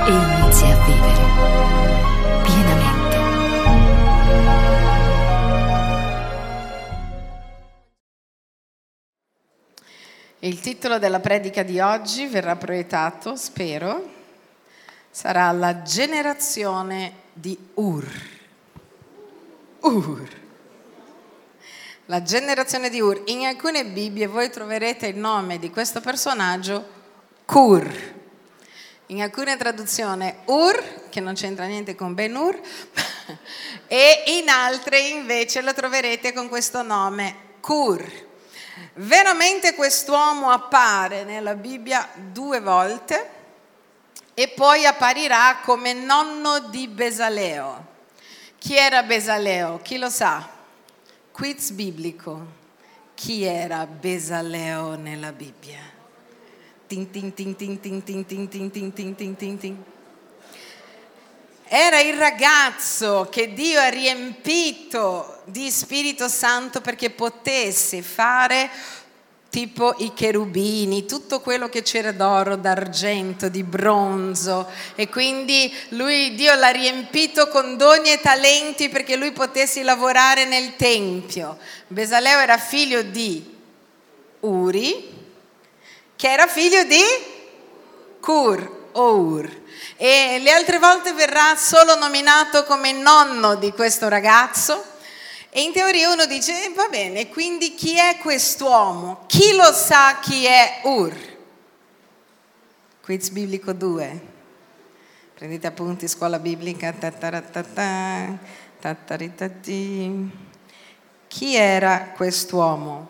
e inizi a vivere pienamente. Il titolo della predica di oggi verrà proiettato, spero, sarà La generazione di Ur. La generazione di Ur. In alcune Bibbie voi troverete il nome di questo personaggio Cur. In alcune traduzioni Ur, che non c'entra niente con Ben Hur, e in altre invece lo troverete con questo nome Cur. Veramente quest'uomo appare nella Bibbia 2 volte e poi apparirà come nonno di Besaleo. Chi era Besaleo? Chi lo sa? Quiz biblico. Chi era Besaleo nella Bibbia? Tin tin tin tin tin tin tin tin tin tin tin tin tin. Era il ragazzo che Dio ha riempito di Spirito Santo perché potesse fare tipo i cherubini, tutto quello che c'era d'oro, d'argento, di bronzo, e quindi Dio l'ha riempito con doni e talenti perché lui potesse lavorare nel Tempio. Besaleo era figlio di Uri, che era figlio di Cur o Ur. E le altre volte verrà solo nominato come nonno di questo ragazzo, e in teoria uno dice va bene, quindi chi è quest'uomo? Chi lo sa chi è Ur? Quiz biblico 2. Prendete appunti, scuola biblica. Chi era quest'uomo?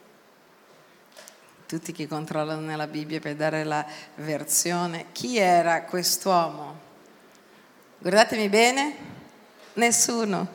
Tutti che controllano nella Bibbia per dare la versione. Chi era quest'uomo? Guardatemi bene. Nessuno.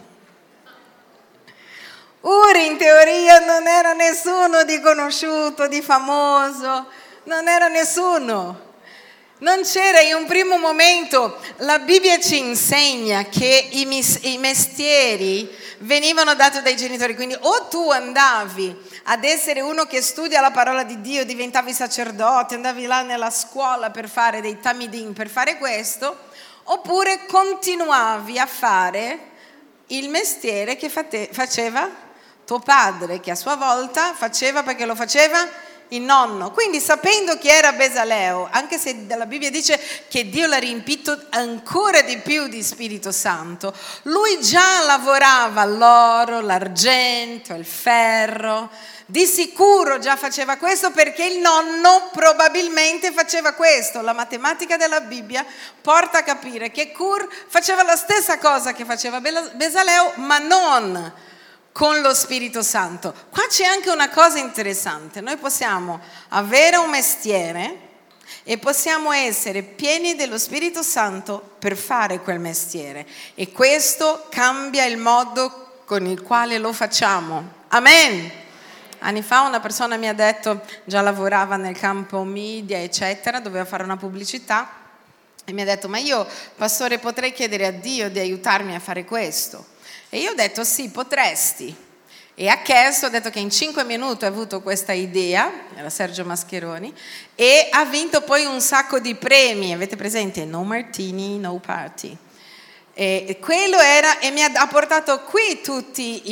Uri in teoria non era nessuno di conosciuto, di famoso, non era nessuno. Non c'era in un primo momento. La Bibbia ci insegna che i mestieri venivano dati dai genitori, quindi o tu andavi ad essere uno che studia la parola di Dio, diventavi sacerdote, andavi là nella scuola per fare dei tamidim, per fare questo, oppure continuavi a fare il mestiere che faceva tuo padre, che a sua volta faceva perché lo faceva il nonno. Quindi sapendo chi era Besaleo, anche se la Bibbia dice che Dio l'ha riempito ancora di più di Spirito Santo, lui già lavorava l'oro, l'argento, il ferro. Di sicuro già faceva questo perché il nonno probabilmente faceva questo. La matematica della Bibbia porta a capire che Cur faceva la stessa cosa che faceva Besaleo, ma non con lo Spirito Santo. Qua c'è anche una cosa interessante. Noi possiamo avere un mestiere e possiamo essere pieni dello Spirito Santo per fare quel mestiere, e questo cambia il modo con il quale lo facciamo. Amen. Anni fa una persona mi ha detto, già lavorava nel campo media eccetera, doveva fare una pubblicità, e mi ha detto ma io pastore potrei chiedere a Dio di aiutarmi a fare questo? E io ho detto sì, potresti. E ha chiesto, ha detto che in 5 minuti ha avuto questa idea, era Sergio Mascheroni, e ha vinto poi un sacco di premi. Avete presente? No martini, no party. E quello era, e ha portato qui tutti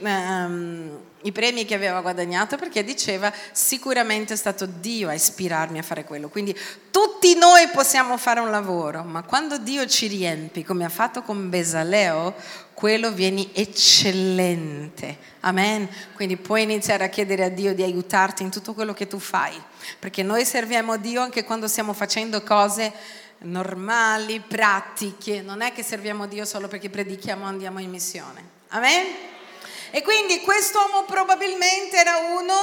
i premi che aveva guadagnato, perché diceva sicuramente è stato Dio a ispirarmi a fare quello. Quindi tutti noi possiamo fare un lavoro, ma quando Dio ci riempie come ha fatto con Besaleo, quello viene eccellente. Amen. Quindi puoi iniziare a chiedere a Dio di aiutarti in tutto quello che tu fai, perché noi serviamo Dio anche quando stiamo facendo cose normali, pratiche. Non è che serviamo Dio solo perché predichiamo e andiamo in missione. Amen. E quindi quest'uomo probabilmente era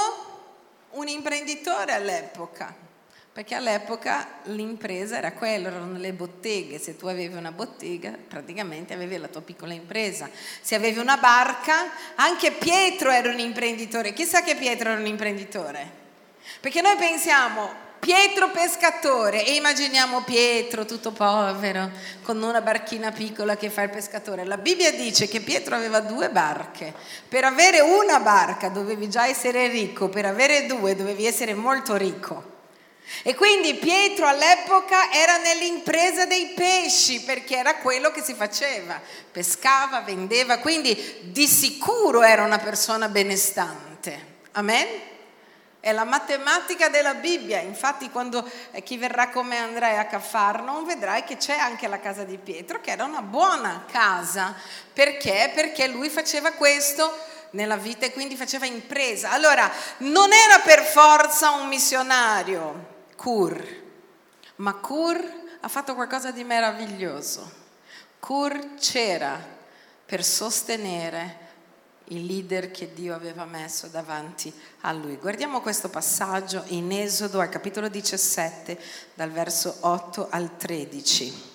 un imprenditore all'epoca, perché all'epoca l'impresa era quello, erano le botteghe. Se tu avevi una bottega, praticamente avevi la tua piccola impresa. Se avevi una barca, anche Pietro era un imprenditore. Chissà che Pietro era un imprenditore, perché noi pensiamo Pietro pescatore e immaginiamo Pietro tutto povero con una barchina piccola che fa il pescatore. La Bibbia dice che Pietro aveva 2 barche. Per avere una barca dovevi già essere ricco, per avere 2 dovevi essere molto ricco. E quindi Pietro all'epoca era nell'impresa dei pesci, perché era quello che si faceva, pescava, vendeva, quindi di sicuro era una persona benestante. Amen? È la matematica della Bibbia. Infatti quando chi verrà come Andrea a Caffarno vedrai che c'è anche la casa di Pietro, che era una buona casa. Perché? Perché lui faceva questo nella vita e quindi faceva impresa. Allora, non era per forza un missionario Kur, ma Kur ha fatto qualcosa di meraviglioso. Kur c'era per sostenere i leader che Dio aveva messo davanti a lui. Guardiamo questo passaggio in Esodo al capitolo 17, dal verso 8 al 13.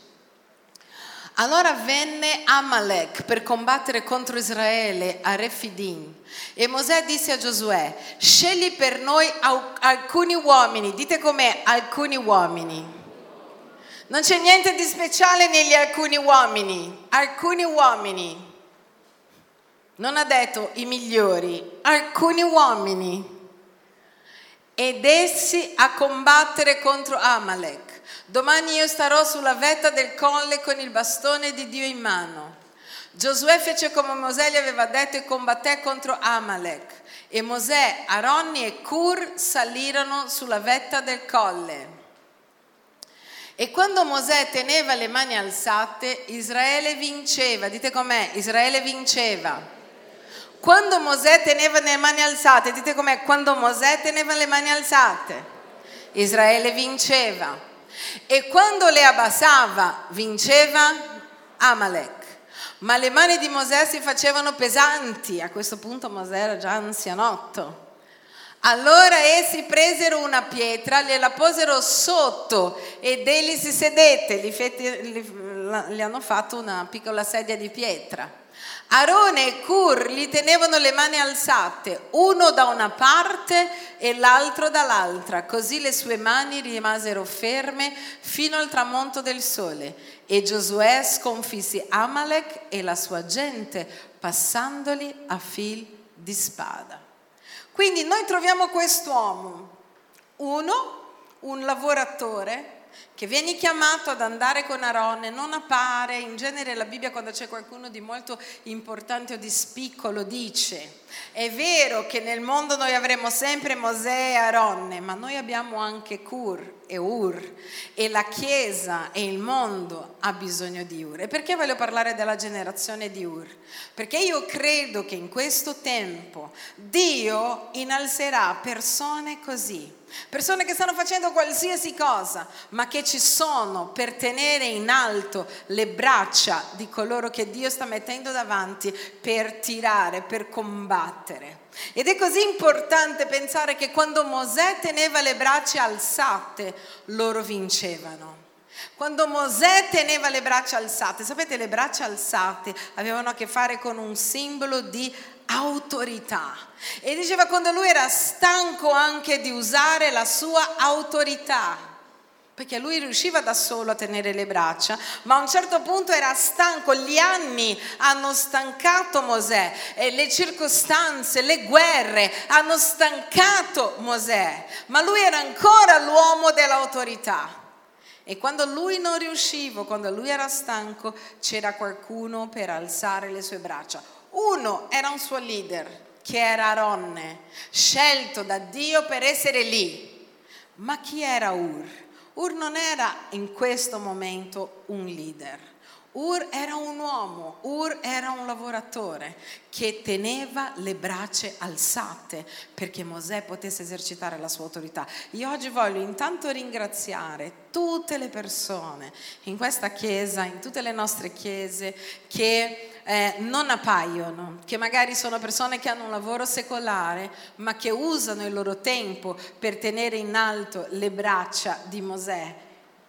Allora venne Amalek per combattere contro Israele a Refidim e Mosè disse a Giosuè: scegli per noi alcuni uomini. Dite com'è, alcuni uomini. Non c'è niente di speciale negli alcuni uomini. Alcuni uomini. Non ha detto i migliori, alcuni uomini. Ed essi a combattere contro Amalek. Domani io starò sulla vetta del colle con il bastone di Dio in mano. Giosuè fece come Mosè gli aveva detto e combatté contro Amalek. E Mosè, Aronni e Cur salirono sulla vetta del colle. E quando Mosè teneva le mani alzate, Israele vinceva. Dite com'è, Israele vinceva. Quando Mosè teneva le mani alzate, dite com'è, quando Mosè teneva le mani alzate, Israele vinceva. E quando le abbassava, vinceva Amalek. Ma le mani di Mosè si facevano pesanti. A questo punto Mosè era già anzianotto. Allora essi presero una pietra, gliela posero sotto ed egli si sedette. Gli hanno fatto una piccola sedia di pietra. Aarone e Cur gli tenevano le mani alzate, uno da una parte e l'altro dall'altra, così le sue mani rimasero ferme fino al tramonto del sole. E Giosuè sconfisse Amalek e la sua gente, passandoli a fil di spada. Quindi noi troviamo quest'uomo, un lavoratore, che viene chiamato ad andare con Aronne, non appare. In genere la Bibbia, quando c'è qualcuno di molto importante o di spicco, lo dice. È vero che nel mondo noi avremo sempre Mosè e Aronne, ma noi abbiamo anche Cur e Ur, e la Chiesa e il mondo ha bisogno di Ur. E perché voglio parlare della generazione di Ur? Perché io credo che in questo tempo Dio innalzerà persone così, persone che stanno facendo qualsiasi cosa, ma che ci sono per tenere in alto le braccia di coloro che Dio sta mettendo davanti per tirare, per combattere. Ed è così importante pensare che quando Mosè teneva le braccia alzate, loro vincevano. Quando Mosè teneva le braccia alzate, sapete, le braccia alzate avevano a che fare con un simbolo di autorità. E diceva quando lui era stanco anche di usare la sua autorità, perché lui riusciva da solo a tenere le braccia, ma a un certo punto era stanco. Gli anni hanno stancato Mosè, e le circostanze, le guerre hanno stancato Mosè, ma lui era ancora l'uomo dell'autorità. E quando lui non riusciva, quando lui era stanco, c'era qualcuno per alzare le sue braccia. Uno era un suo leader, che era Aronne, scelto da Dio per essere lì. Ma chi era Ur? Ur non era in questo momento un leader. Ur era un uomo, Ur era un lavoratore che teneva le braccia alzate perché Mosè potesse esercitare la sua autorità. Io oggi voglio intanto ringraziare tutte le persone in questa chiesa, in tutte le nostre chiese che non appaiono, che magari sono persone che hanno un lavoro secolare, ma che usano il loro tempo per tenere in alto le braccia di Mosè.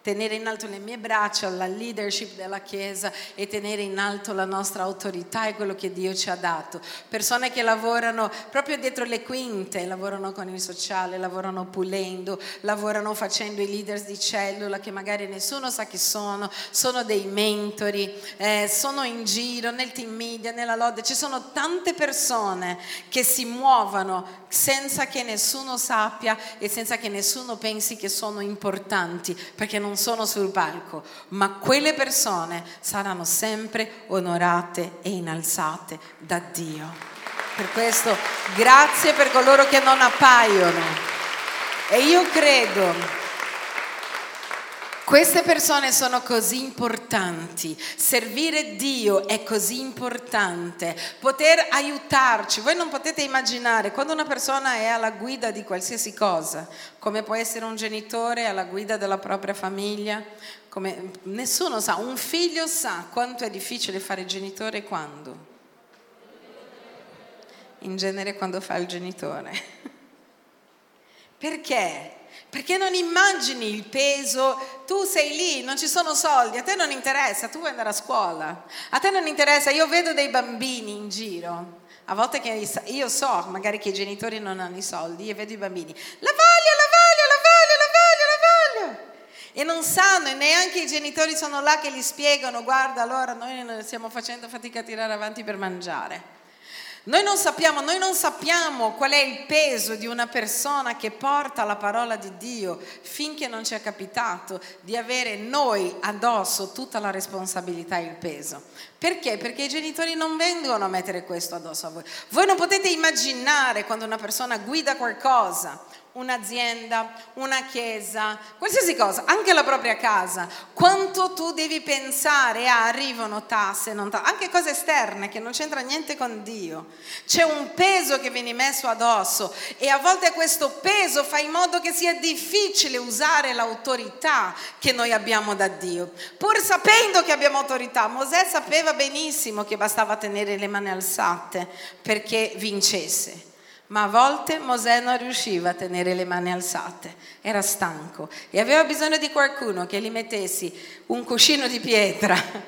tenere in alto le mie braccia, la leadership della Chiesa e tenere in alto la nostra autorità e quello che Dio ci ha dato. Persone che lavorano proprio dietro le quinte, lavorano con il sociale, lavorano pulendo, lavorano facendo i leaders di cellula che magari nessuno sa chi sono dei mentori, sono in giro nel team media, nella lode, ci sono tante persone che si muovono senza che nessuno sappia e senza che nessuno pensi che sono importanti, perché non sono sul palco, ma quelle persone saranno sempre onorate e innalzate da Dio. Per questo grazie per coloro che non appaiono. E io credo queste persone sono così importanti, servire Dio è così importante, poter aiutarci. Voi non potete immaginare quando una persona è alla guida di qualsiasi cosa, come può essere un genitore alla guida della propria famiglia, come nessuno sa, un figlio sa quanto è difficile fare genitore e quando. In genere quando fa il genitore. Perché? Perché non immagini il peso, tu sei lì, non ci sono soldi, a te non interessa, tu vuoi andare a scuola, a te non interessa, io vedo dei bambini in giro, a volte che io so magari che i genitori non hanno i soldi, io vedo i bambini, la voglio, e non sanno, e neanche i genitori sono là che gli spiegano, guarda allora noi stiamo facendo fatica a tirare avanti per mangiare. Noi non sappiamo qual è il peso di una persona che porta la parola di Dio finché non ci è capitato di avere noi addosso tutta la responsabilità e il peso. Perché? Perché i genitori non vengono a mettere questo addosso a voi. Voi non potete immaginare quando una persona guida qualcosa, un'azienda, una chiesa, qualsiasi cosa, anche la propria casa, quanto tu devi pensare arrivano tasse, anche cose esterne che non c'entra niente con Dio. C'è un peso che viene messo addosso e a volte questo peso fa in modo che sia difficile usare l'autorità che noi abbiamo da Dio. Pur sapendo che abbiamo autorità, Mosè sapeva benissimo che bastava tenere le mani alzate perché vincesse. Ma a volte Mosè non riusciva a tenere le mani alzate, era stanco e aveva bisogno di qualcuno che gli mettessi un cuscino di pietra,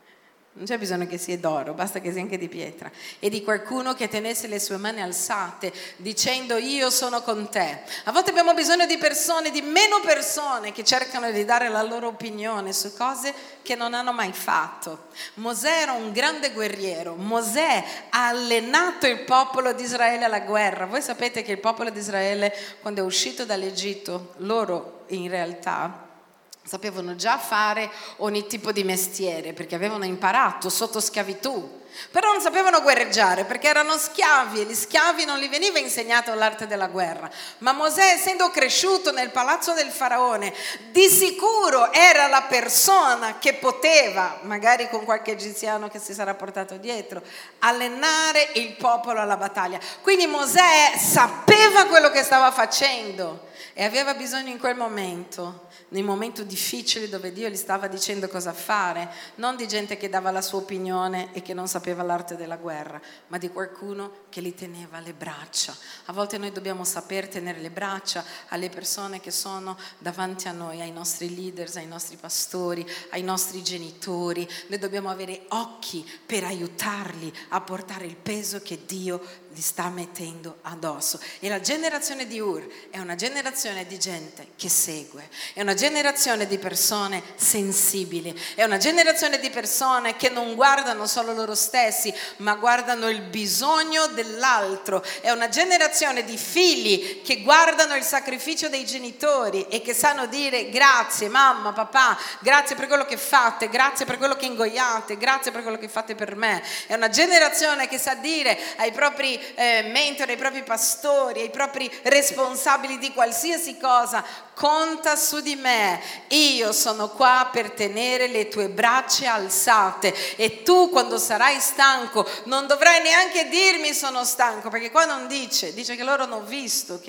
non c'è bisogno che sia d'oro, basta che sia anche di pietra, e di qualcuno che tenesse le sue mani alzate dicendo io sono con te. A volte abbiamo bisogno di persone, di meno persone che cercano di dare la loro opinione su cose che non hanno mai fatto. Mosè era un grande guerriero, Mosè ha allenato il popolo di Israele alla guerra. Voi sapete che il popolo di Israele quando è uscito dall'Egitto, loro in realtà sapevano già fare ogni tipo di mestiere perché avevano imparato sotto schiavitù, però non sapevano guerreggiare perché erano schiavi e gli schiavi non gli veniva insegnato l'arte della guerra. Ma Mosè, essendo cresciuto nel palazzo del faraone, di sicuro era la persona che poteva, magari con qualche egiziano che si sarà portato dietro, allenare il popolo alla battaglia. Quindi Mosè sapeva quello che stava facendo e aveva bisogno in quel momento, nel momento difficile dove Dio gli stava dicendo cosa fare, non di gente che dava la sua opinione e che non sapeva l'arte della guerra, ma di qualcuno che li teneva le braccia. A volte noi dobbiamo saper tenere le braccia alle persone che sono davanti a noi, ai nostri leaders, ai nostri pastori, ai nostri genitori. Noi dobbiamo avere occhi per aiutarli a portare il peso che Dio li sta mettendo addosso. E la generazione di Ur è una generazione di gente che segue, è una generazione di persone sensibili, è una generazione di persone che non guardano solo loro stessi ma guardano il bisogno dell'altro, è una generazione di figli che guardano il sacrificio dei genitori e che sanno dire grazie mamma, papà, grazie per quello che fate, grazie per quello che ingoiate, grazie per quello che fate per me. È una generazione che sa dire ai propri mentori, ai propri pastori, ai propri responsabili di qualsiasi cosa: conta su di me, io sono qua per tenere le tue braccia alzate e tu quando sarai stanco non dovrai neanche dirmi sono stanco, perché qua non dice che loro l'hanno visto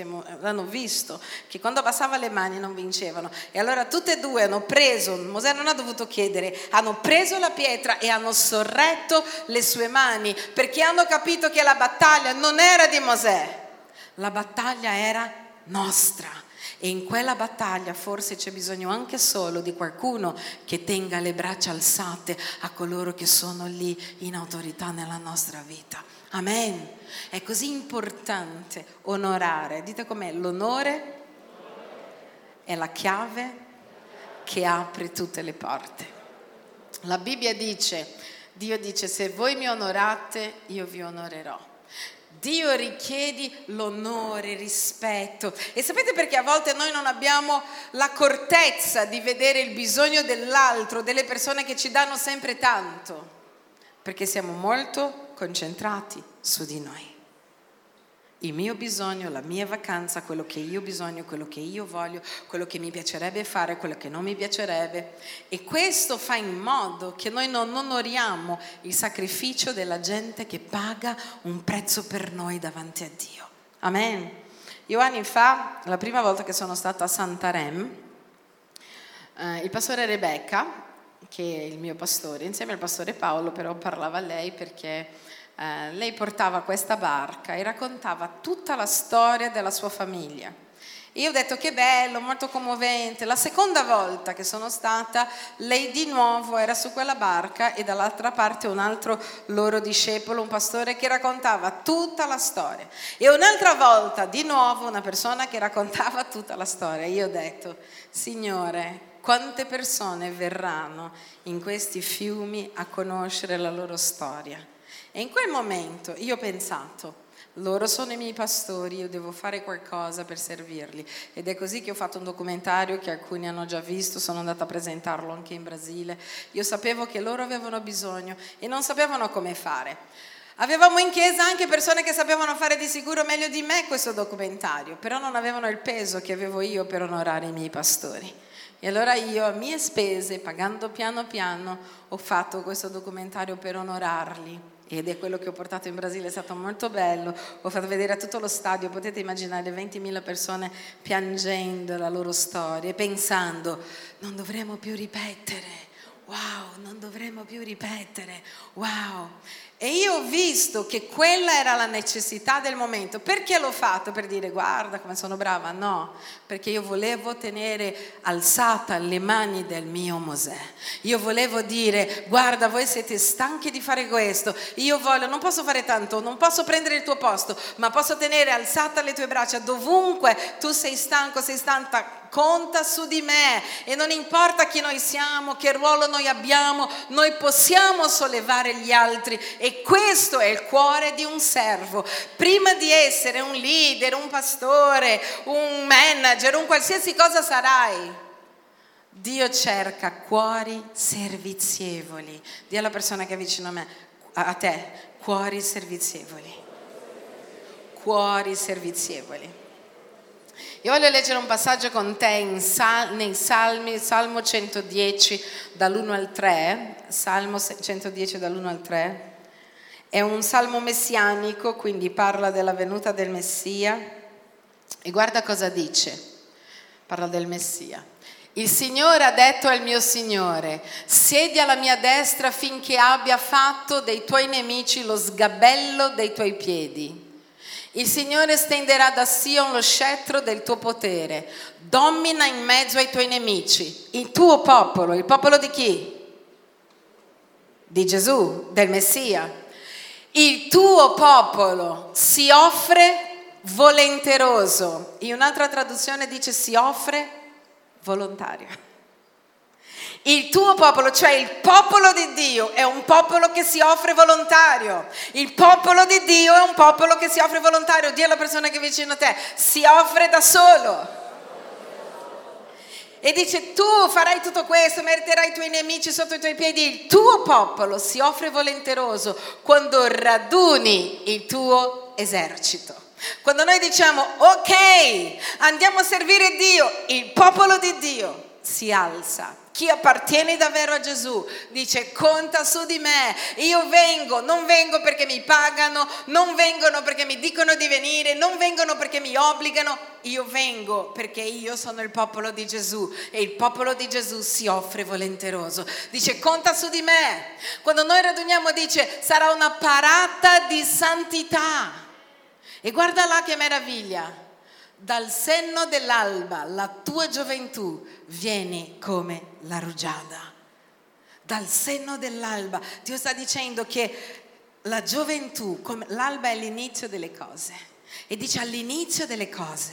che quando abbassava le mani non vincevano. E allora tutte e due hanno preso, Mosè non ha dovuto chiedere, hanno preso la pietra e hanno sorretto le sue mani, perché hanno capito che la battaglia non era di Mosè, la battaglia era nostra. E in quella battaglia forse c'è bisogno anche solo di qualcuno che tenga le braccia alzate a coloro che sono lì in autorità nella nostra vita. Amen. È così importante onorare. Dite com'è, l'onore è la chiave che apre tutte le porte. La Bibbia dice, Dio dice, se voi mi onorate, io vi onorerò. Dio richiede l'onore, il rispetto. E sapete perché a volte noi non abbiamo l'accortezza di vedere il bisogno dell'altro, delle persone che ci danno sempre tanto? Perché siamo molto concentrati su di noi. Il mio bisogno, la mia vacanza, quello che io ho bisogno, quello che io voglio, quello che mi piacerebbe fare, quello che non mi piacerebbe. E questo fa in modo che noi non onoriamo il sacrificio della gente che paga un prezzo per noi davanti a Dio. Amen. Io anni fa, la prima volta che sono stata a Santarém, il pastore Rebecca, che è il mio pastore, insieme al pastore Paolo, però parlava a lei perché lei portava questa barca e raccontava tutta la storia della sua famiglia. E io ho detto che bello, molto commovente. La seconda volta che sono stata, lei di nuovo era su quella barca e dall'altra parte un altro loro discepolo, un pastore che raccontava tutta la storia. E un'altra volta di nuovo una persona che raccontava tutta la storia. Io ho detto, Signore, quante persone verranno in questi fiumi a conoscere la loro storia? E in quel momento io ho pensato, loro sono i miei pastori, io devo fare qualcosa per servirli. Ed è così che ho fatto un documentario che alcuni hanno già visto, sono andata a presentarlo anche in Brasile. Io sapevo che loro avevano bisogno e non sapevano come fare. Avevamo in chiesa anche persone che sapevano fare di sicuro meglio di me questo documentario, però non avevano il peso che avevo io per onorare i miei pastori. E allora io a mie spese, pagando piano piano, ho fatto questo documentario per onorarli. Ed è quello che ho portato in Brasile, è stato molto bello. Ho fatto vedere a tutto lo stadio, potete immaginare 20.000 persone piangendo la loro storia e pensando, non dovremo più ripetere, wow, non dovremo più ripetere, wow. E io ho visto che quella era la necessità del momento. Perché l'ho fatto? Per dire guarda come sono brava? No, perché io volevo tenere alzata le mani del mio Mosè. Io volevo dire guarda, voi siete stanchi di fare questo, io voglio, non posso fare tanto, non posso prendere il tuo posto, ma posso tenere alzata le tue braccia dovunque tu sei stanco, sei stanca. Conta su di me e non importa chi noi siamo, che ruolo noi abbiamo, noi possiamo sollevare gli altri e questo è il cuore di un servo. Prima di essere un leader, un pastore, un manager, un qualsiasi cosa sarai, Dio cerca cuori servizievoli. Dì alla persona che è vicino a me, a te, cuori servizievoli. Cuori servizievoli. Io voglio leggere un passaggio con te nei Salmi, Salmo 110 dall'1 al 3, Salmo 110 dall'1 al 3, è un salmo messianico, quindi parla della venuta del Messia e guarda cosa dice, parla del Messia. Il Signore ha detto al mio Signore, siedi alla mia destra finché abbia fatto dei tuoi nemici lo sgabello dei tuoi piedi. Il Signore stenderà da Sion lo scettro del tuo potere, domina in mezzo ai tuoi nemici, il tuo popolo, il popolo di chi? Di Gesù, del Messia. Il tuo popolo si offre volenteroso. In un'altra traduzione dice si offre volontario. Il tuo popolo, cioè il popolo di Dio, è un popolo che si offre volontario. Il popolo di Dio è un popolo che si offre volontario. Dì alla persona che è vicino a te, si offre da solo. E dice, tu farai tutto questo, meriterai i tuoi nemici sotto i tuoi piedi. Il tuo popolo si offre volenteroso quando raduni il tuo esercito. Quando noi diciamo, ok, andiamo a servire Dio, il popolo di Dio si alza. Chi appartiene davvero a Gesù dice conta su di me, io vengo, non vengo perché mi pagano, non vengono perché mi dicono di venire, non vengono perché mi obbligano, io vengo perché io sono il popolo di Gesù e il popolo di Gesù si offre volenteroso, dice conta su di me. Quando noi raduniamo dice sarà una parata di santità e guarda là che meraviglia. dal senno dell'alba, la tua gioventù vieni come la rugiada. Dal senno dell'alba. Dio sta dicendo che la gioventù, come l'alba è l'inizio delle cose. E dice all'inizio delle cose,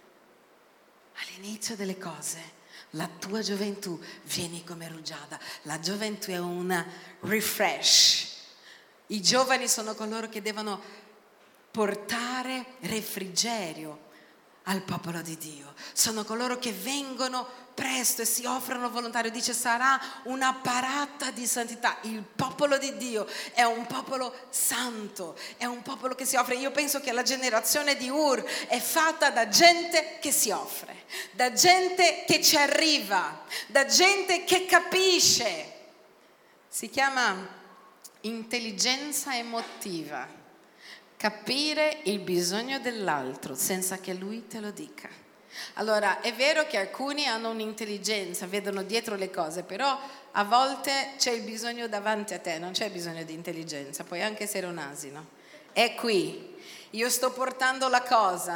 la tua gioventù vieni come rugiada. La gioventù è una refresh. I giovani sono coloro che devono portare refrigerio al popolo di Dio. Sono coloro che vengono presto e si offrono volontario. Dice sarà una parata di santità. Il popolo di Dio è un popolo santo, è un popolo che si offre. Io penso che la generazione di Ur è fatta da gente che si offre, da gente che ci arriva, da gente che capisce. Si chiama intelligenza emotiva. Capire il bisogno dell'altro senza che lui te lo dica. Allora, è vero che alcuni hanno un'intelligenza, vedono dietro le cose, però a volte c'è il bisogno davanti a te, non c'è bisogno di intelligenza, puoi anche essere un asino. È qui, io sto portando la cosa.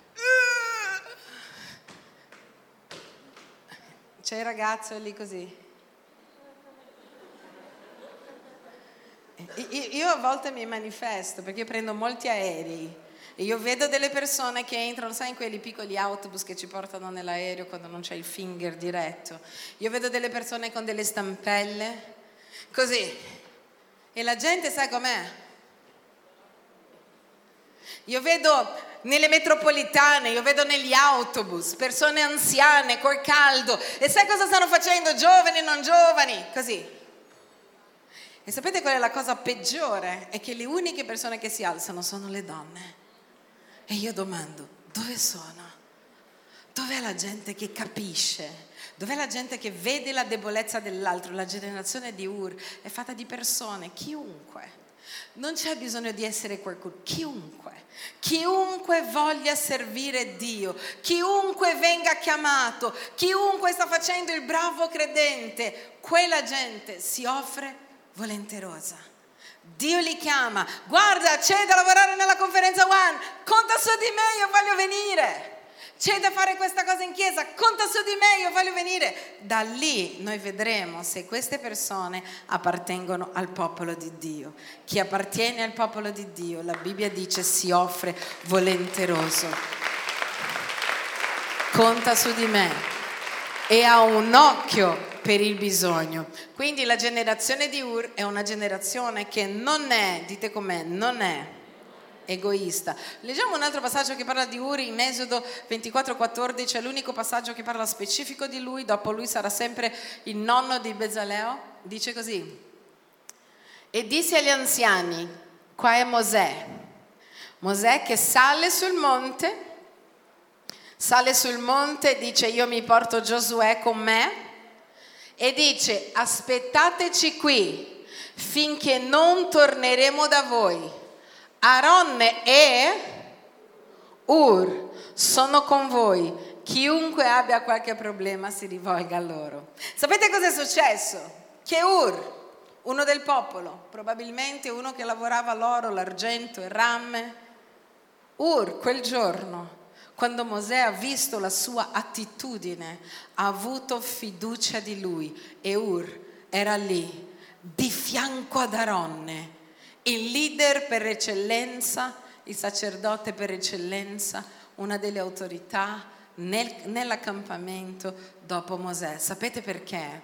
C'è il ragazzo lì così. Io a volte mi manifesto perché io prendo molti aerei e io vedo delle persone che entrano, sai, in quelli piccoli autobus che ci portano nell'aereo quando non c'è il finger diretto. Io vedo delle persone con delle stampelle così e la gente sa com'è. Io vedo nelle metropolitane, io vedo negli autobus persone anziane col caldo e sai cosa stanno facendo? Giovani, non giovani, così. E sapete qual è la cosa peggiore? È che le uniche persone che si alzano sono le donne. E io domando, dove sono? Dov'è la gente che capisce? Dov'è la gente che vede la debolezza dell'altro? La generazione di Ur è fatta di persone, chiunque. Non c'è bisogno di essere qualcuno, chiunque voglia servire Dio, chiunque venga chiamato, chiunque sta facendo il bravo credente, quella gente si offre volenterosa. Dio li chiama, guarda, c'è da lavorare nella conferenza One, conta su di me, io voglio venire. C'è da fare questa cosa in chiesa, conta su di me, io voglio venire. Da lì noi vedremo se queste persone appartengono al popolo di Dio. Chi appartiene al popolo di Dio, la Bibbia dice, si offre volenteroso. Conta su di me e ha un occhio per il bisogno. Quindi la generazione di Ur è una generazione che non è, dite com'è, non è egoista. Leggiamo un altro passaggio che parla di Ur in Esodo 24:14, è l'unico passaggio che parla specifico di lui, dopo lui sarà sempre il nonno di Bezaleo. Dice così: e disse agli anziani, qua è Mosè che sale sul monte, dice io mi porto Giosuè con me, e dice aspettateci qui finché non torneremo da voi. Aaronne e Ur sono con voi, chiunque abbia qualche problema si rivolga a loro. Sapete cosa è successo? Che Ur, uno del popolo, probabilmente uno che lavorava l'oro, l'argento, il rame, Ur quel giorno, quando Mosè ha visto la sua attitudine, ha avuto fiducia di lui e Ur era lì, di fianco ad Aaronne, il leader per eccellenza, il sacerdote per eccellenza, una delle autorità nell'accampamento dopo Mosè. Sapete perché?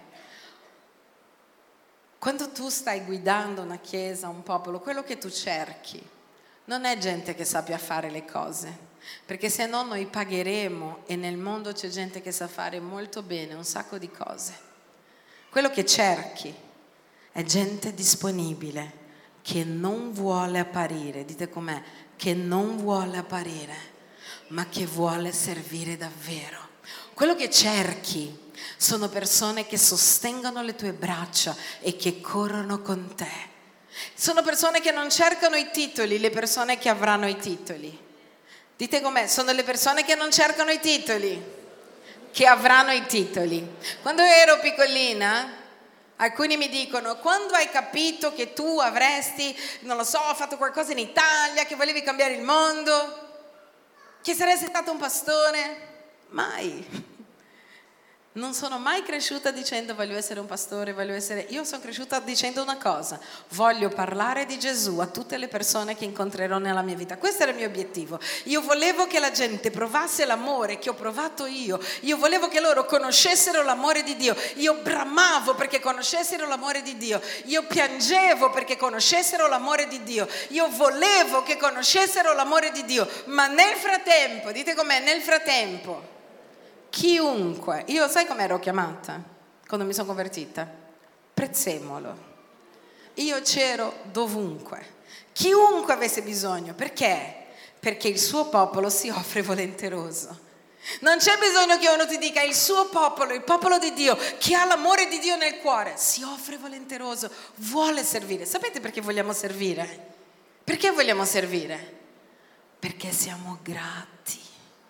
Quando tu stai guidando una chiesa, un popolo, quello che tu cerchi non è gente che sappia fare le cose. Perché se no noi pagheremo e nel mondo c'è gente che sa fare molto bene un sacco di cose. Quello che cerchi è gente disponibile che non vuole apparire, dite com'è, che non vuole apparire, ma che vuole servire davvero. Quello che cerchi sono persone che sostengono le tue braccia e che corrono con te. Sono persone che non cercano i titoli, le persone che avranno i titoli. Dite com'è, sono le persone che non cercano i titoli, che avranno i titoli. Quando ero piccolina, alcuni mi dicono, quando hai capito che tu avresti, non lo so, fatto qualcosa in Italia, che volevi cambiare il mondo? che saresti stato un pastore? Mai. Non sono mai cresciuta dicendo voglio essere un pastore, io sono cresciuta dicendo una cosa: voglio parlare di Gesù a tutte le persone che incontrerò nella mia vita. Questo era il mio obiettivo. Io volevo che la gente provasse l'amore che ho provato io volevo che loro conoscessero l'amore di Dio, io bramavo perché conoscessero l'amore di Dio, io piangevo perché conoscessero l'amore di Dio, io volevo che conoscessero l'amore di Dio, ma nel frattempo, dite com'è, nel frattempo, chiunque, io sai come ero chiamata quando mi sono convertita? Prezzemolo. Io c'ero dovunque, chiunque avesse bisogno. Perché? Perché il suo popolo si offre volenteroso. Non c'è bisogno che uno ti dica: il suo popolo, il popolo di Dio, che ha l'amore di Dio nel cuore, si offre volenteroso, vuole servire. Sapete perché vogliamo servire? Perché vogliamo servire? Perché siamo grati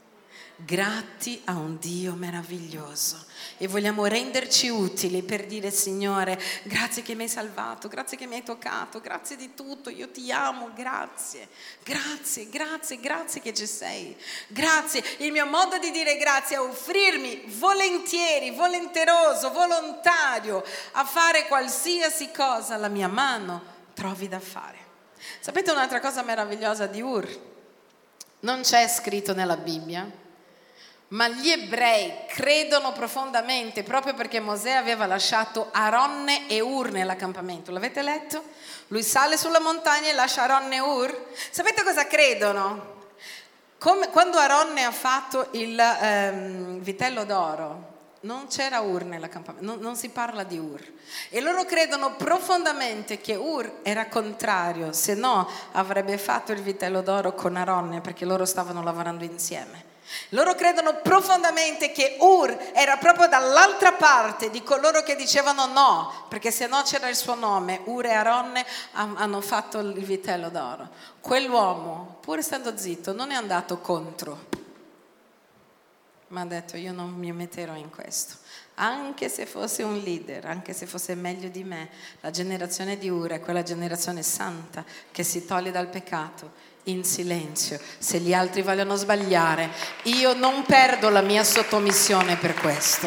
a un Dio meraviglioso e vogliamo renderci utili per dire: Signore, grazie che mi hai salvato, grazie che mi hai toccato, grazie di tutto, io ti amo, grazie che ci sei, grazie. Il mio modo di dire grazie è offrirmi volentieri, volenteroso, volontario a fare qualsiasi cosa la mia mano trovi da fare. Sapete un'altra cosa meravigliosa di Ur? Non c'è scritto nella Bibbia, ma gli ebrei credono profondamente proprio perché Mosè aveva lasciato Aronne e Ur nell'accampamento. L'avete letto? Lui sale sulla montagna e lascia Aronne e Ur. Sapete cosa credono? Quando Aronne ha fatto il vitello d'oro, non c'era Ur nell'accampamento, non si parla di Ur. E loro credono profondamente che Ur era contrario, se no avrebbe fatto il vitello d'oro con Aronne, perché loro stavano lavorando insieme. Loro credono profondamente che Ur era proprio dall'altra parte di coloro che dicevano no, perché se no c'era il suo nome. Ur e Aronne hanno fatto il vitello d'oro. Quell'uomo, pur essendo zitto, non è andato contro, ma ha detto: io non mi metterò in questo. Anche se fosse un leader, anche se fosse meglio di me, la generazione di Ur è quella generazione santa che si toglie dal peccato in silenzio. Se gli altri vogliono sbagliare, io non perdo la mia sottomissione per questo.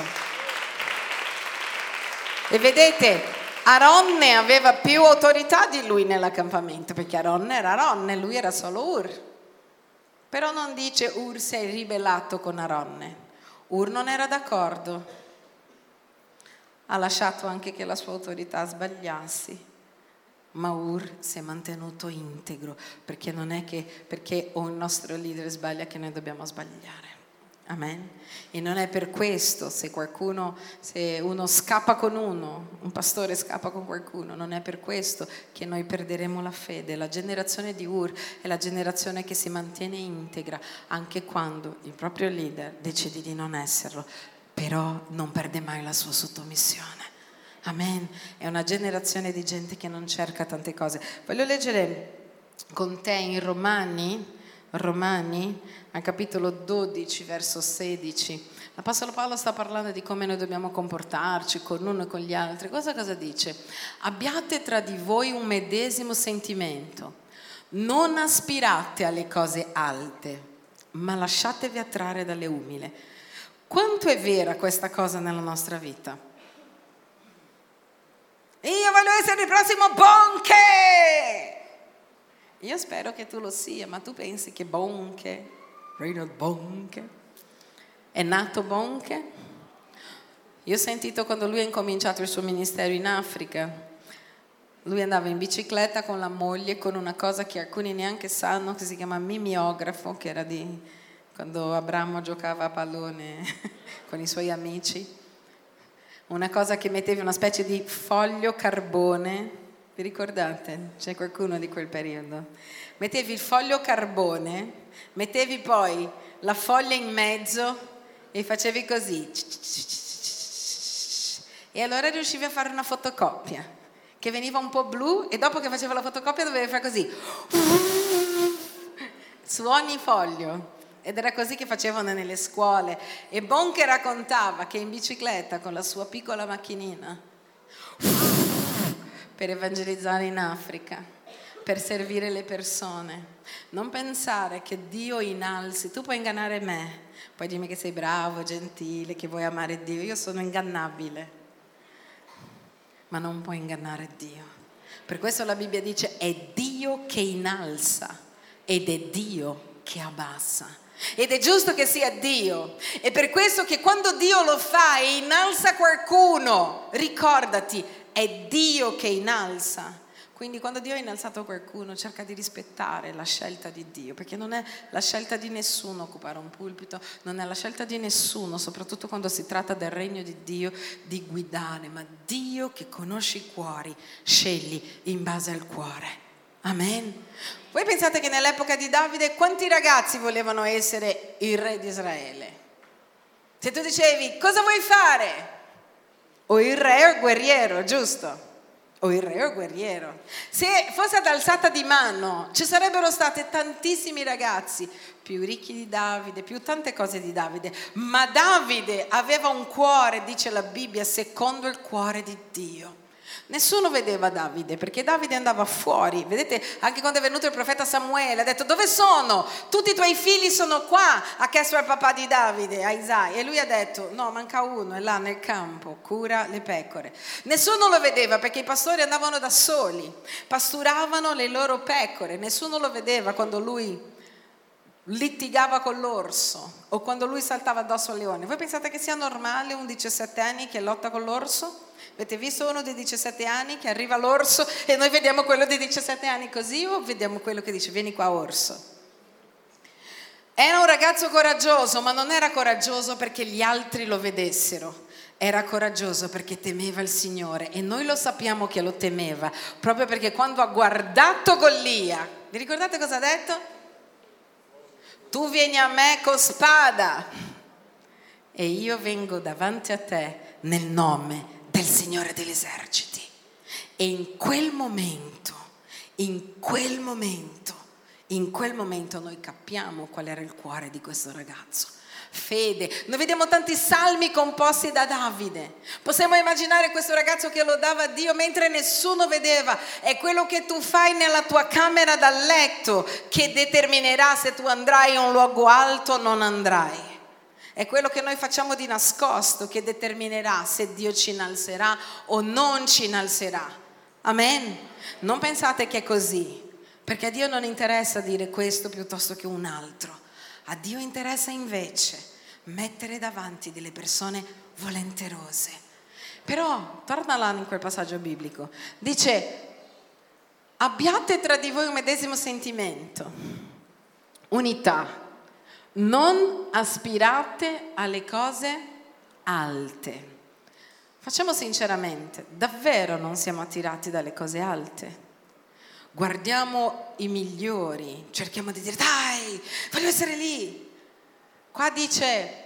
E vedete, Aronne aveva più autorità di lui nell'accampamento, perché Aronne era Aronne, lui era solo Ur. Però non dice Ur si è ribellato con Aronne. Ur non era d'accordo, ha lasciato anche che la sua autorità sbagliassi, ma Ur si è mantenuto integro, perché non è che perché un nostro leader sbaglia che noi dobbiamo sbagliare. Amen. E non è per questo, se uno scappa con uno, un pastore scappa con qualcuno, non è per questo che noi perderemo la fede. La generazione di Ur è la generazione che si mantiene integra anche quando il proprio leader decide di non esserlo, però non perde mai la sua sottomissione. Amen. È una generazione di gente che non cerca tante cose. Voglio leggere con te in Romani, al capitolo 12, verso 16. L'Apostolo Paolo sta parlando di come noi dobbiamo comportarci con l'uno e con gli altri. Cosa dice? Abbiate tra di voi un medesimo sentimento. Non aspirate alle cose alte, ma lasciatevi attrarre dalle umili. Quanto è vera questa cosa nella nostra vita? Io voglio essere il prossimo Bonche! Io spero che tu lo sia, ma tu pensi che Bonche, Reinhard Bonche, è nato Bonche? Io ho sentito quando lui ha incominciato il suo ministero in Africa, lui andava in bicicletta con la moglie, con una cosa che alcuni neanche sanno, che si chiama mimeografo, che era di quando Abramo giocava a pallone con i suoi amici. Una cosa che mettevi una specie di foglio carbone, vi ricordate? C'è qualcuno di quel periodo? Mettevi il foglio carbone, mettevi poi la foglia in mezzo e facevi così. E allora riuscivi a fare una fotocopia che veniva un po' blu e dopo che faceva la fotocopia dovevi fare così. Su ogni foglio. Ed era così che facevano nelle scuole. E Bonche raccontava che in bicicletta con la sua piccola macchinina per evangelizzare in Africa per servire le persone. Non pensare che Dio innalzi. Tu puoi ingannare me, puoi dirmi che sei bravo, gentile, che vuoi amare Dio. Io sono ingannabile, ma non puoi ingannare Dio. Per questo la Bibbia dice: è Dio che innalza ed è Dio che abbassa. Ed è giusto che sia Dio. E per questo che quando Dio lo fa e innalza qualcuno, ricordati, è Dio che innalza. Quindi quando Dio ha innalzato qualcuno, cerca di rispettare la scelta di Dio, perché non è la scelta di nessuno occupare un pulpito, non è la scelta di nessuno, soprattutto quando si tratta del regno di Dio, di guidare, ma Dio che conosce i cuori, scegli in base al cuore. Amen. Voi pensate che nell'epoca di Davide quanti ragazzi volevano essere il re di Israele? Se tu dicevi: cosa vuoi fare? O il re o il guerriero, giusto? O il re o il guerriero. Se fosse alzata di mano, ci sarebbero stati tantissimi ragazzi più ricchi di Davide, più tante cose di Davide. Ma Davide aveva un cuore, dice la Bibbia, secondo il cuore di Dio. Nessuno vedeva Davide, perché Davide andava fuori. Vedete, anche quando è venuto il profeta Samuele, ha detto: dove sono? Tutti i tuoi figli sono qua. Ha chiesto al papà di Davide, a Isai, e lui ha detto: no, manca uno, è là nel campo, cura le pecore. Nessuno lo vedeva, perché i pastori andavano da soli, pasturavano le loro pecore. Nessuno lo vedeva quando lui litigava con l'orso o quando lui saltava addosso al leone. Voi pensate che sia normale un 17 anni che lotta con l'orso? Avete visto uno di 17 anni che arriva l'orso e noi vediamo quello di 17 anni così, o vediamo quello che dice: vieni qua orso? Era un ragazzo coraggioso, ma non era coraggioso perché gli altri lo vedessero. Era coraggioso perché temeva il Signore, e noi lo sappiamo che lo temeva proprio perché quando ha guardato Golia, vi ricordate cosa ha detto? Tu vieni a me con spada e io vengo davanti a te nel nome del Signore degli eserciti. E in quel momento noi capiamo qual era il cuore di questo ragazzo. Fede. Noi vediamo tanti salmi composti da Davide. Possiamo immaginare questo ragazzo che lodava Dio mentre nessuno vedeva. È quello che tu fai nella tua camera da letto che determinerà se tu andrai a un luogo alto o non andrai. È quello che noi facciamo di nascosto che determinerà se Dio ci innalzerà o non ci innalzerà. Amen. Non pensate che è così, perché a Dio non interessa dire questo piuttosto che un altro. A Dio interessa invece mettere davanti delle persone volenterose. Però, torna là in quel passaggio biblico, dice: abbiate tra di voi un medesimo sentimento, unità. Non aspirate alle cose alte. Facciamo sinceramente, davvero non siamo attirati dalle cose alte? Guardiamo i migliori, cerchiamo di dire: dai, voglio essere lì. Qua dice: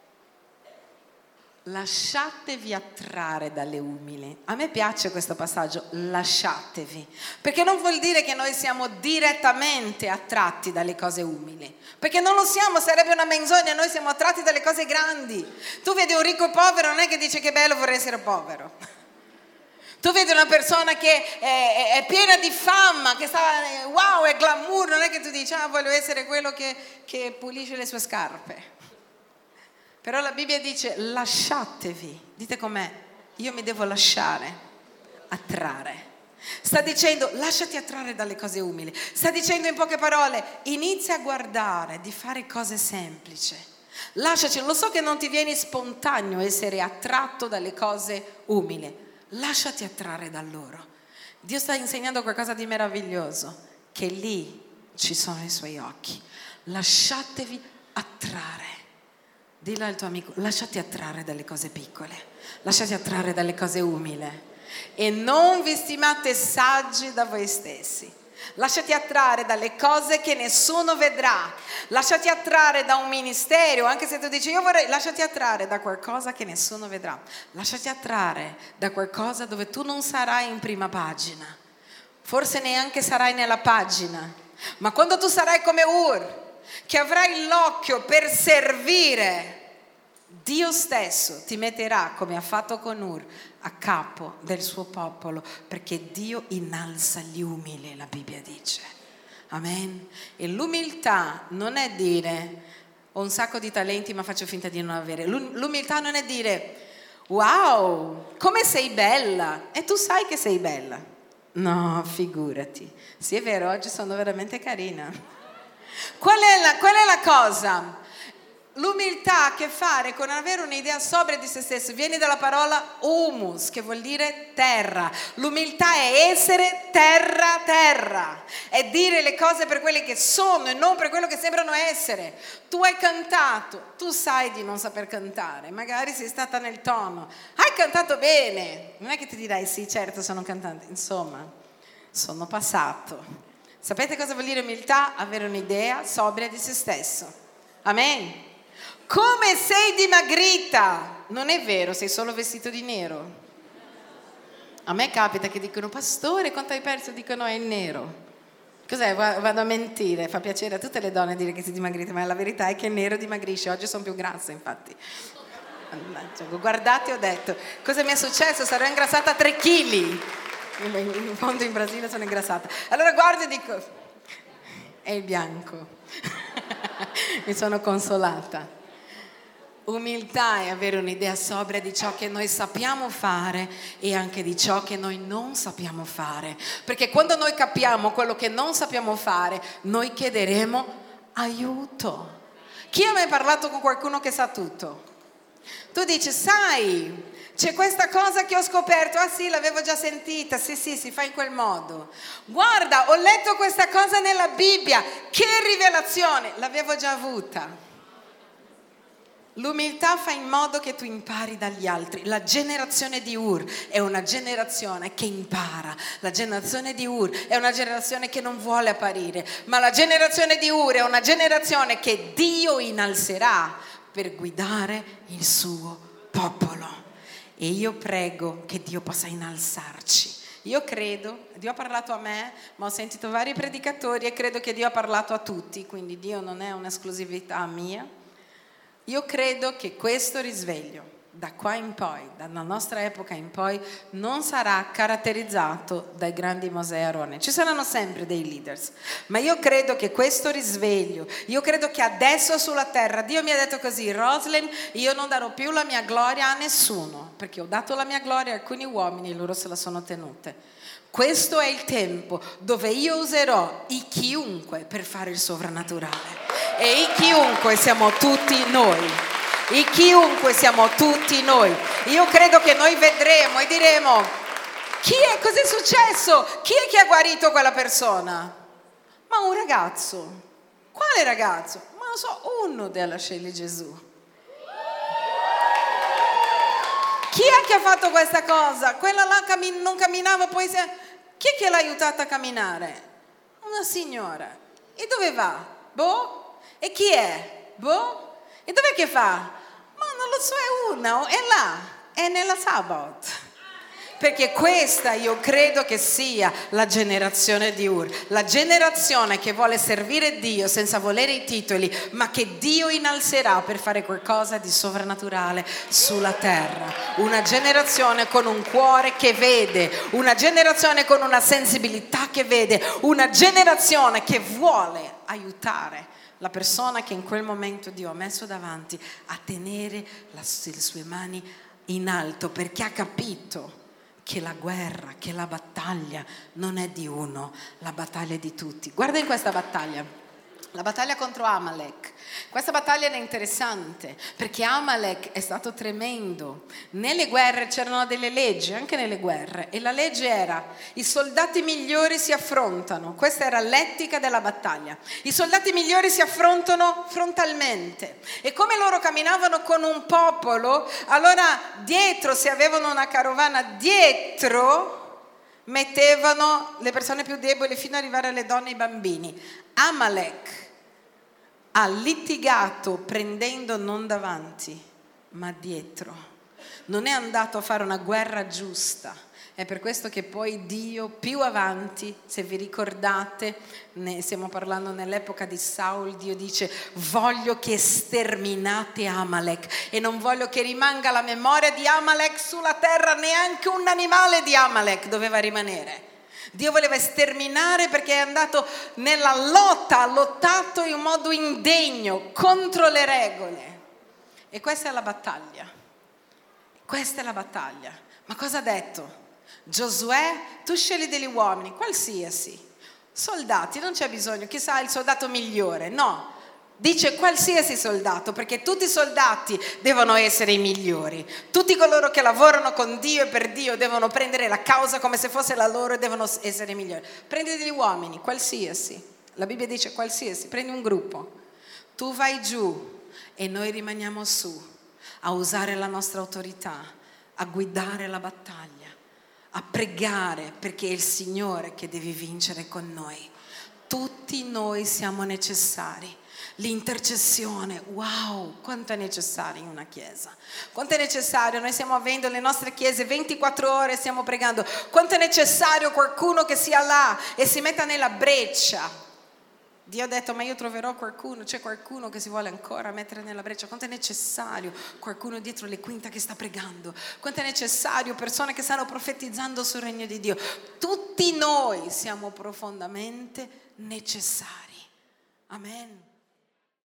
lasciatevi attrarre dalle umili. A me piace questo passaggio, lasciatevi, perché non vuol dire che noi siamo direttamente attratti dalle cose umili, perché non lo siamo, sarebbe una menzogna. Noi siamo attratti dalle cose grandi. Tu vedi un ricco povero, non è che dice: che bello, vorrei essere povero. Tu vedi una persona che è piena di fama, che sta, wow, è glamour, non è che tu dici: ah, voglio essere quello che pulisce le sue scarpe. Però la Bibbia dice: lasciatevi. Dite com'è? Io mi devo lasciare attrarre. Sta dicendo: lasciati attrarre dalle cose umili. Sta dicendo in poche parole: inizia a guardare di fare cose semplici. Lasciaci. Lo so che non ti viene spontaneo essere attratto dalle cose umili. Lasciati attrarre da loro. Dio sta insegnando qualcosa di meraviglioso, che lì ci sono i suoi occhi. Lasciatevi attrarre. Dillo al tuo amico: lasciati attrarre dalle cose piccole, lasciati attrarre dalle cose umili, e non vi stimate saggi da voi stessi. Lasciati attrarre dalle cose che nessuno vedrà. Lasciati attrarre da un ministero, anche se tu dici: io vorrei. Lasciati attrarre da qualcosa che nessuno vedrà. Lasciati attrarre da qualcosa dove tu non sarai in prima pagina, forse neanche sarai nella pagina, ma quando tu sarai come Ur, che avrai l'occhio per servire, Dio stesso ti metterà, come ha fatto con Ur, a capo del suo popolo, perché Dio innalza gli umili, la Bibbia dice. Amen. E l'umiltà non è dire ho un sacco di talenti ma faccio finta di non avere. L'umiltà non è dire wow, come sei bella, e tu sai che sei bella. No, figurati. Sì, è vero, oggi sono veramente carina. Qual è la cosa? L'umiltà ha a che fare con avere un'idea sobria di se stesso. Viene dalla parola humus, che vuol dire terra. L'umiltà è essere terra. È dire le cose per quelle che sono e non per quello che sembrano essere. Tu hai cantato, tu sai di non saper cantare, magari sei stata nel tono, hai cantato bene. Non è che ti dirai sì, certo, sono un cantante. Insomma, sono passato. Sapete cosa vuol dire umiltà? Avere un'idea sobria di se stesso. Amen. Come sei dimagrita? Non è vero, sei solo vestito di nero. A me capita che dicono pastore, quanto hai perso? Dicono è il nero. Cos'è? Vado a mentire, fa piacere a tutte le donne dire che sei dimagrita, ma la verità è che il nero dimagrisce. Oggi sono più grassa, infatti. Guardate, ho detto, cosa mi è successo? Sarò ingrassata 3 chili. In fondo in Brasile sono ingrassata. Allora guardo e dico, è il bianco. Mi sono consolata. Umiltà è avere un'idea sobria di ciò che noi sappiamo fare e anche di ciò che noi non sappiamo fare, perché quando noi capiamo quello che non sappiamo fare, noi chiederemo aiuto. Chi ha mai parlato con qualcuno che sa tutto? Tu dici, sai, c'è questa cosa che ho scoperto, ah sì, l'avevo già sentita, sì, si fa in quel modo. Guarda, ho letto questa cosa nella Bibbia, che rivelazione, l'avevo già avuta. L'umiltà fa in modo che tu impari dagli altri. La generazione di Ur è una generazione che impara. La generazione di Ur è una generazione che non vuole apparire, ma la generazione di Ur è una generazione che Dio innalzerà per guidare il suo popolo. E io prego che Dio possa innalzarci. Io credo, Dio ha parlato a me, ma ho sentito vari predicatori e credo che Dio ha parlato a tutti, quindi Dio non è un'esclusività mia. Io credo che questo risveglio, da qua in poi, dalla nostra epoca in poi, non sarà caratterizzato dai grandi Mosè e Aarone. Ci saranno sempre dei leaders, ma io credo che questo risveglio, io credo che adesso sulla terra, Dio mi ha detto così, Roslyn, io non darò più la mia gloria a nessuno, perché ho dato la mia gloria a alcuni uomini e loro se la sono tenute. Questo è il tempo dove io userò i chiunque per fare il sovrannaturale. E i chiunque siamo tutti noi. I chiunque siamo tutti noi. Io credo che noi vedremo e diremo, chi è? Cos'è successo? Chi è che ha guarito quella persona? Ma un ragazzo. Quale ragazzo? Ma non so, uno della Scegli Gesù. Chi è che ha fatto questa cosa? Quella là non camminava, poi chi è che l'ha aiutata a camminare? Una signora. E dove va? Boh. E chi è? Boh. E dov'è che fa? Ma non lo so, è una, è là, è nella Sabbath. Perché questa io credo che sia la generazione di Ur, la generazione che vuole servire Dio senza volere i titoli, ma che Dio innalzerà per fare qualcosa di sovrannaturale sulla terra. Una generazione con un cuore che vede, una generazione con una sensibilità che vede, una generazione che vuole aiutare la persona che in quel momento Dio ha messo davanti a tenere le sue mani in alto, perché ha capito che la guerra, che la battaglia non è di uno, la battaglia è di tutti. Guarda in questa battaglia, la battaglia contro Amalek. Questa battaglia è interessante perché Amalek è stato tremendo. Nelle guerre c'erano delle leggi, anche nelle guerre, e la legge era: i soldati migliori si affrontano. Questa era l'etica della battaglia. I soldati migliori si affrontano frontalmente, e come loro camminavano con un popolo, allora dietro, se avevano una carovana dietro, mettevano le persone più deboli fino ad arrivare alle donne e ai bambini. Amalek ha litigato prendendo non davanti ma dietro. Non è andato a fare una guerra giusta, È per questo che poi Dio più avanti, se vi ricordate, ne stiamo parlando nell'epoca di Saul, Dio dice: voglio che sterminate Amalek e non voglio che rimanga la memoria di Amalek sulla terra, neanche un animale di Amalek doveva rimanere. Dio voleva sterminare perché è andato nella lotta, ha lottato in un modo indegno contro le regole. E questa è la battaglia. Questa è la battaglia. Ma cosa ha detto? Giosuè, tu scegli degli uomini, qualsiasi, soldati, non c'è bisogno, chissà il soldato migliore, no, dice qualsiasi soldato, perché tutti i soldati devono essere i migliori, tutti coloro che lavorano con Dio e per Dio devono prendere la causa come se fosse la loro e devono essere i migliori. Prendi degli uomini, qualsiasi, la Bibbia dice qualsiasi, prendi un gruppo, tu vai giù e noi rimaniamo su a usare la nostra autorità, a guidare la battaglia, a pregare, perché è il Signore che deve vincere con noi. Tutti noi siamo necessari. L'intercessione, wow, quanto è necessario in una chiesa, quanto è necessario. Noi stiamo avendo le nostre chiese 24 ore, stiamo pregando. Quanto è necessario qualcuno che sia là e si metta nella breccia. Dio ha detto: ma io troverò qualcuno, c'è qualcuno che si vuole ancora mettere nella breccia. Quanto è necessario qualcuno dietro le quinte che sta pregando, quanto è necessario persone che stanno profetizzando sul regno di Dio. Tutti noi siamo profondamente necessari. Amen.